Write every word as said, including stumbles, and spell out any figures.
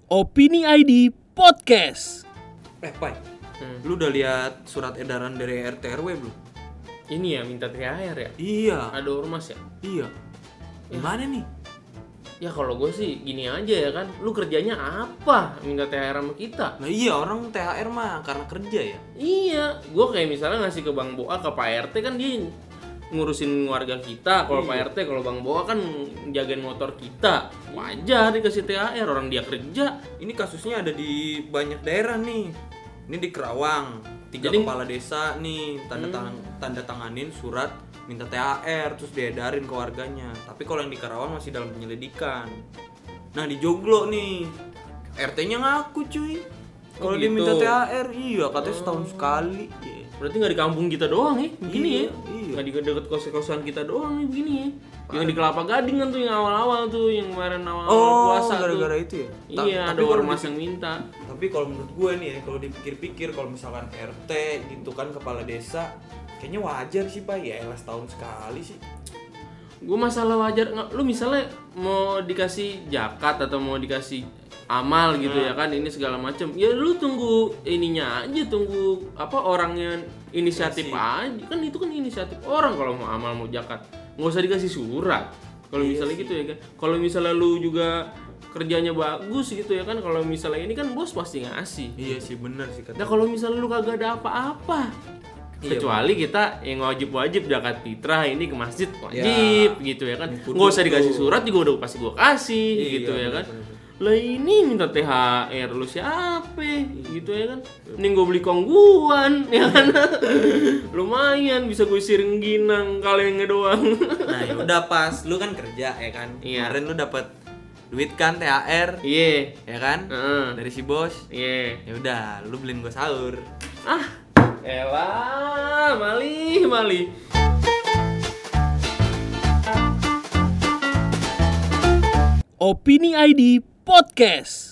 Opini I D Podcast. Eh, Pai, hmm. lu udah lihat surat edaran dari R T R W belum? Ini ya, minta T H R ya? Iya. Ada ormas ya? Iya. Gimana ya. nih? Ya kalau gue sih gini aja ya kan, lu kerjanya apa minta T H R sama kita? Nah iya, orang T H R mah karena kerja ya? Iya, gue kayak misalnya ngasih ke Bang Boa, ke Pak R T kan dia ngurusin warga kita. Kalau iya. Pak R T, kalau Bang Boa kan jagain motor kita. Wajar dikasih T H R, orang dia kerja. Ini kasusnya ada di banyak daerah nih. Ini di Kerawang, tiga Jadi, kepala desa nih tanda hmm. tangan tanda tanganin surat minta T H R terus diedarin ke warganya. Tapi kalau yang di Kerawang masih dalam penyelidikan. Nah di Joglo nih R T-nya ngaku cuy. Kalau oh, gitu. Dia minta T H R, iya katanya oh. setahun sekali. Yeah. Berarti nggak di kampung kita doang ya, begini iya, ya? Iya. Nggak di dekat kos-kosan kita doang ya, begini ya? Parah. Yang di Kelapa Gading kan tuh yang awal-awal tuh, yang kemarin awal oh, puasa tuh. gara-gara itu ya? Ta- iya, ada ormas yang minta. Tapi kalau menurut gue nih ya, kalau dipikir-pikir kalau misalkan R T gitu kan kepala desa, kayaknya wajar sih Pak, ya elah setahun sekali sih. Gue masalah wajar, lu misalnya mau dikasih zakat atau mau dikasih amal gitu nah. ya kan, ini segala macam. Ya lu tunggu ininya aja, tunggu apa orangnya inisiatif Kasih. aja. Kan itu kan inisiatif orang kalau mau amal mau zakat. Nggak usah dikasih surat. Kalau iya misalnya sih. gitu ya kan. Kalau misalnya lu juga kerjanya bagus gitu ya kan, kalau misalnya ini kan bos pasti ngasih. Iya sih benar sih kata. Nah kalau misalnya lu kagak ada apa-apa, iya, kecuali bener. Kita yang wajib-wajib zakat fitrah ini ke masjid wajib ya, gitu ya kan. Nggak usah dikasih surat juga udah pasti gua kasih iya, gitu ya kan. Bener, bener. Lah ini minta T H R lu siapa gitu ya kan. Mending gue beli kongguan ya kan. Lumayan bisa gue isi rengginang kalengnya doang. Nah ya udah pas lu kan kerja ya kan. Iya. Kemarin lu dapat duit kan T H R. Iya. Ya kan? Uh-uh. Dari si bos. Iya. Ya udah, lu beliin gue sahur. Ah, elah, malih, malih. Opini I D Podcast.